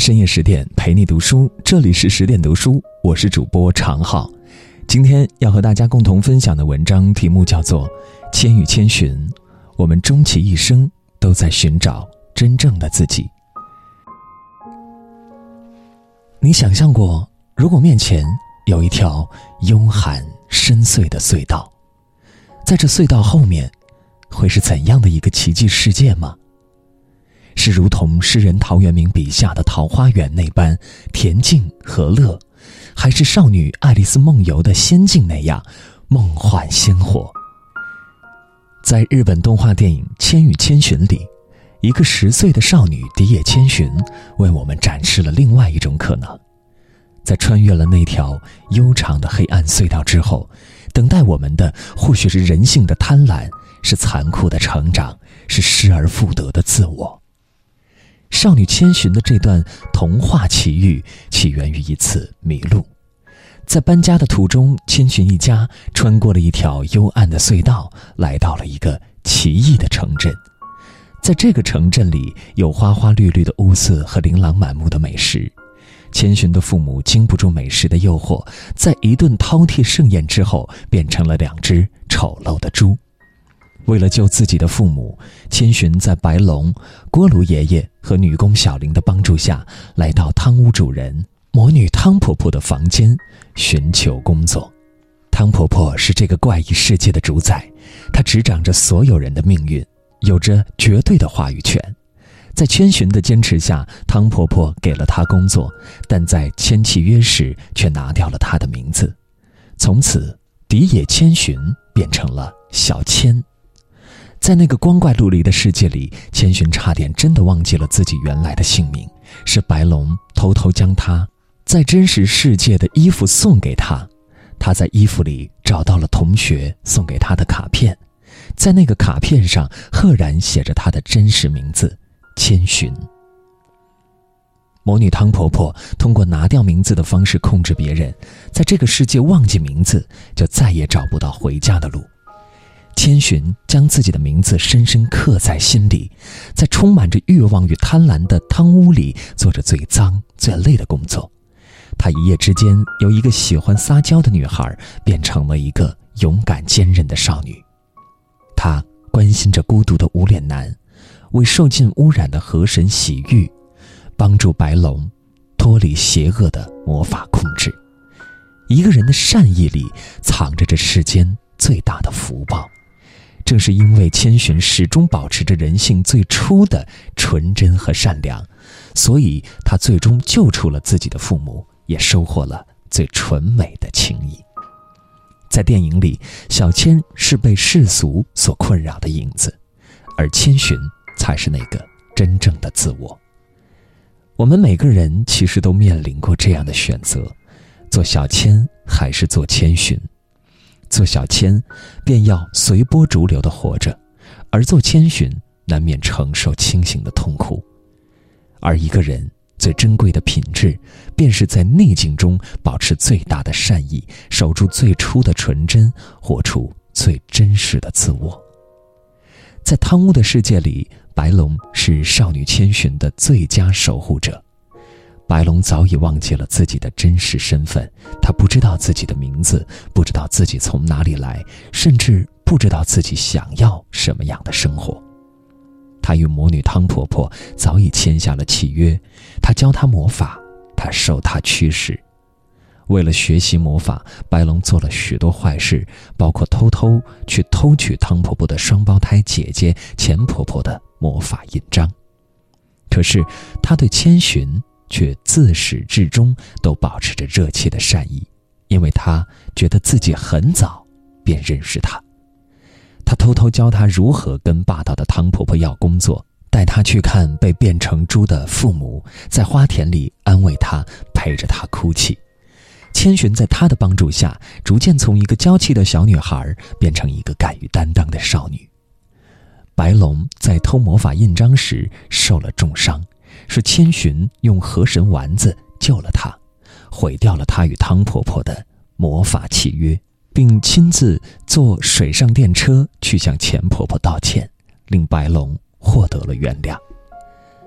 深夜10点陪你读书，这里是10点读书，我是主播常浩。今天要和大家共同分享的文章题目叫做《千与千寻》，我们终其一生都在寻找真正的自己。你想象过，如果面前有一条幽寒深邃的隧道，在这隧道后面会是怎样的一个奇迹世界吗？是如同诗人陶渊明笔下的桃花源那般恬静和乐，还是少女爱丽丝梦游的仙境那样梦幻鲜活？在日本动画电影《千与千寻》里，一个10岁的少女荻野千寻为我们展示了另外一种可能。在穿越了那条悠长的黑暗隧道之后，等待我们的或许是人性的贪婪，是残酷的成长，是失而复得的自我。少女千寻的这段童话奇遇起源于一次迷路。在搬家的途中，千寻一家穿过了一条幽暗的隧道，来到了一个奇异的城镇。在这个城镇里，有花花绿绿的屋子和琳琅满目的美食。千寻的父母经不住美食的诱惑，在一顿饕餮盛宴之后，变成了2只丑陋的猪。为了救自己的父母，千寻在白龙、锅炉爷爷和女工小玲的帮助下，来到汤屋主人魔女汤婆婆的房间寻求工作。汤婆婆是这个怪异世界的主宰，她执掌着所有人的命运，有着绝对的话语权。在千寻的坚持下，汤婆婆给了她工作，但在签契约时却拿掉了她的名字。从此，荻野千寻变成了小千。在那个光怪陆离的世界里，千寻差点真的忘记了自己原来的姓名，是白龙偷偷将她在真实世界的衣服送给她。她在衣服里找到了同学送给她的卡片，在那个卡片上赫然写着她的真实名字千寻。魔女汤婆婆通过拿掉名字的方式控制别人，在这个世界忘记名字，就再也找不到回家的路。千寻将自己的名字深深刻在心里，在充满着欲望与贪婪的汤屋里做着最脏最累的工作。她一夜之间由一个喜欢撒娇的女孩变成了一个勇敢坚韧的少女。她关心着孤独的无脸男，为受尽污染的河神洗浴，帮助白龙脱离邪恶的魔法控制。一个人的善意里藏着这世间最大的福报。正是因为千寻始终保持着人性最初的纯真和善良，所以他最终救出了自己的父母，也收获了最纯美的情谊。在电影里，小千是被世俗所困扰的影子，而千寻才是那个真正的自我。我们每个人其实都面临过这样的选择，做小千还是做千寻。做小千便要随波逐流地活着，而做千寻难免承受清醒的痛苦。而一个人最珍贵的品质，便是在逆境中保持最大的善意，守住最初的纯真，活出最真实的自我。在汤屋的世界里，白龙是少女千寻的最佳守护者。白龙早已忘记了自己的真实身份，他不知道自己的名字，不知道自己从哪里来，甚至不知道自己想要什么样的生活。他与魔女汤婆婆早已签下了契约，他教她魔法，他受她驱使。为了学习魔法，白龙做了许多坏事，包括偷取汤婆婆的双胞胎姐姐钱婆婆的魔法印章。可是他对千寻却自始至终都保持着热切的善意，因为他觉得自己很早便认识她。他偷偷教她如何跟霸道的汤婆婆要工作，带她去看被变成猪的父母，在花田里安慰她，陪着她哭泣。千寻在他的帮助下，逐渐从一个娇气的小女孩变成一个敢于担当的少女。白龙在偷魔法印章时受了重伤，是千寻用河神丸子救了他，毁掉了他与汤婆婆的魔法契约，并亲自坐水上电车去向钱婆婆道歉，令白龙获得了原谅。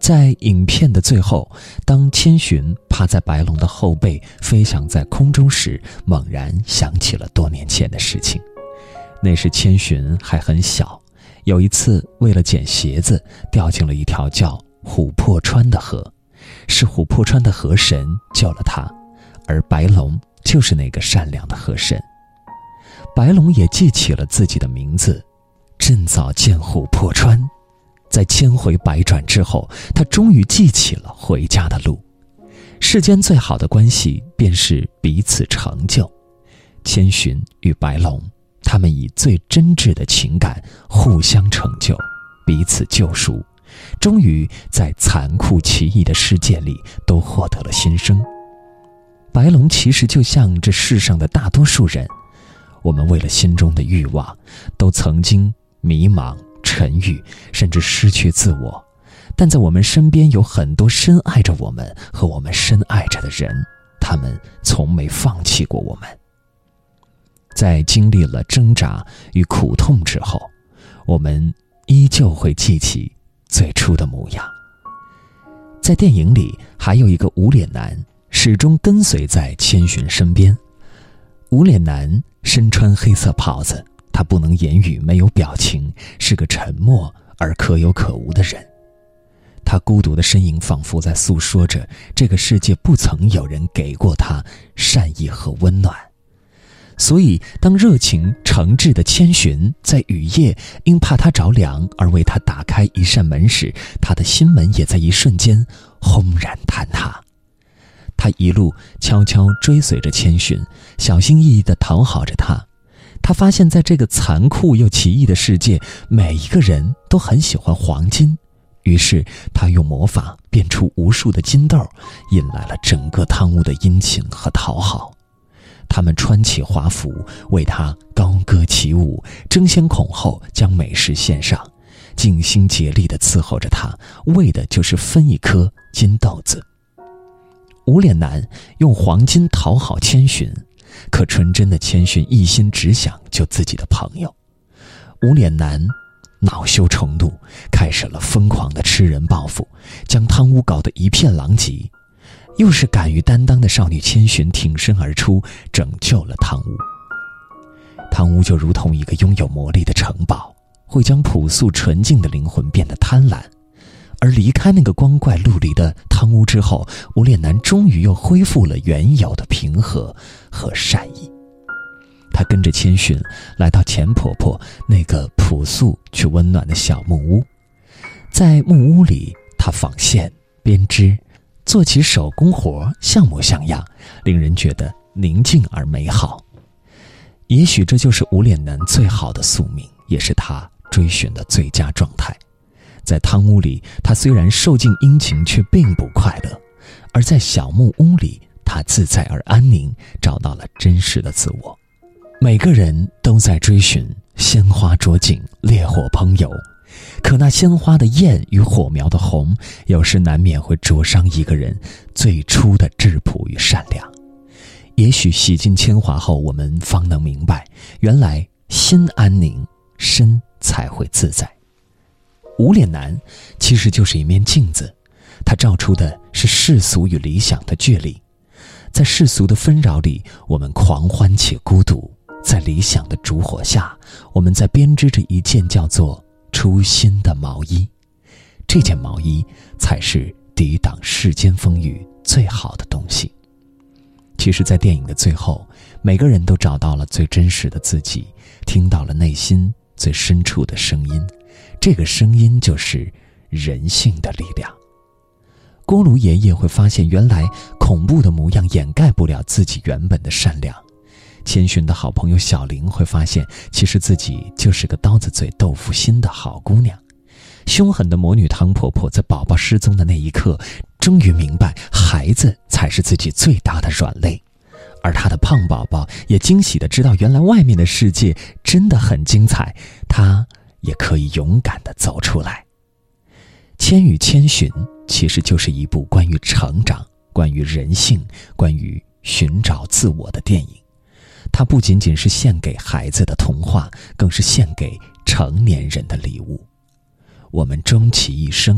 在影片的最后，当千寻趴在白龙的后背飞翔在空中时，猛然想起了多年前的事情。那时千寻还很小，有一次为了捡鞋子掉进了一条叫琥珀川的河，是琥珀川的河神救了他，而白龙就是那个善良的河神。白龙也记起了自己的名字，趁早见琥珀川。在千回百转之后，他终于记起了回家的路。世间最好的关系便是彼此成就。千寻与白龙，他们以最真挚的情感互相成就，彼此救赎，终于在残酷奇异的世界里都获得了新生。白龙其实就像这世上的大多数人，我们为了心中的欲望，都曾经迷茫、沉郁，甚至失去自我，但在我们身边有很多深爱着我们和我们深爱着的人，他们从没放弃过我们。在经历了挣扎与苦痛之后，我们依旧会记起最初的模样。在电影里还有一个无脸男，始终跟随在千寻身边。无脸男身穿黑色袍子，他不能言语，没有表情，是个沉默而可有可无的人。他孤独的身影仿佛在诉说着这个世界不曾有人给过他善意和温暖。所以当热情诚挚的千寻在雨夜因怕他着凉而为他打开一扇门时，他的心门也在一瞬间轰然坍塌。他一路悄悄追随着千寻，小心翼翼地讨好着他。他发现在这个残酷又奇异的世界，每一个人都很喜欢黄金，于是他用魔法变出无数的金豆，引来了整个汤屋的殷勤和讨好。他们穿起华服，为他高歌起舞，争先恐后将美食献上，尽心竭力地伺候着他，为的就是分一颗金豆子。无脸男用黄金讨好千寻，可纯真的千寻一心只想救自己的朋友。无脸男恼羞成怒，开始了疯狂的吃人报复，将汤屋搞得一片狼藉。又是敢于担当的少女千寻挺身而出，拯救了汤屋。汤屋就如同一个拥有魔力的城堡，会将朴素纯净的灵魂变得贪婪。而离开那个光怪陆离的汤屋之后，无脸男终于又恢复了原有的平和和善意。他跟着千寻来到钱婆婆那个朴素却温暖的小木屋，在木屋里，他纺线、编织，做起手工活，像模像样，令人觉得宁静而美好。也许这就是无脸男最好的宿命，也是他追寻的最佳状态。在汤屋里，他虽然受尽殷勤，却并不快乐；而在小木屋里，他自在而安宁，找到了真实的自我。每个人都在追寻鲜花着锦，烈火烹油，可那鲜花的艳与火苗的红，有时难免会灼伤一个人最初的质朴与善良。也许洗尽铅华后，我们方能明白，原来心安宁，身才会自在。无脸男其实就是一面镜子，它照出的是世俗与理想的距离。在世俗的纷扰里，我们狂欢且孤独；在理想的烛火下，我们在编织着一件叫做初心的毛衣。这件毛衣才是抵挡世间风雨最好的东西。其实在电影的最后，每个人都找到了最真实的自己，听到了内心最深处的声音，这个声音就是人性的力量。锅炉爷爷会发现，原来恐怖的模样掩盖不了自己原本的善良。千寻的好朋友小玲会发现，其实自己就是个刀子嘴豆腐心的好姑娘。凶狠的魔女汤婆婆在宝宝失踪的那一刻，终于明白孩子才是自己最大的软肋。而她的胖宝宝也惊喜地知道，原来外面的世界真的很精彩，她也可以勇敢地走出来。千与千寻其实就是一部关于成长、关于人性、关于寻找自我的电影。它不仅仅是献给孩子的童话，更是献给成年人的礼物。我们终其一生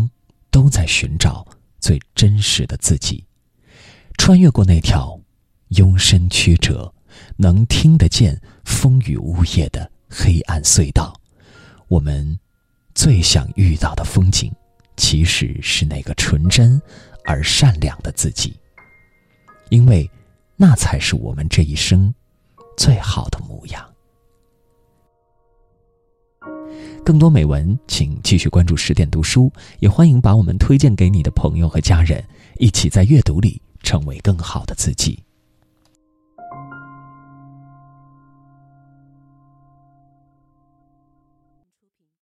都在寻找最真实的自己，穿越过那条幽深曲折，能听得见风雨呜咽的黑暗隧道。我们最想遇到的风景，其实是那个纯真而善良的自己，因为那才是我们这一生最好的模样。更多美文请继续关注10点读书，也欢迎把我们推荐给你的朋友和家人，一起在阅读里成为更好的自己。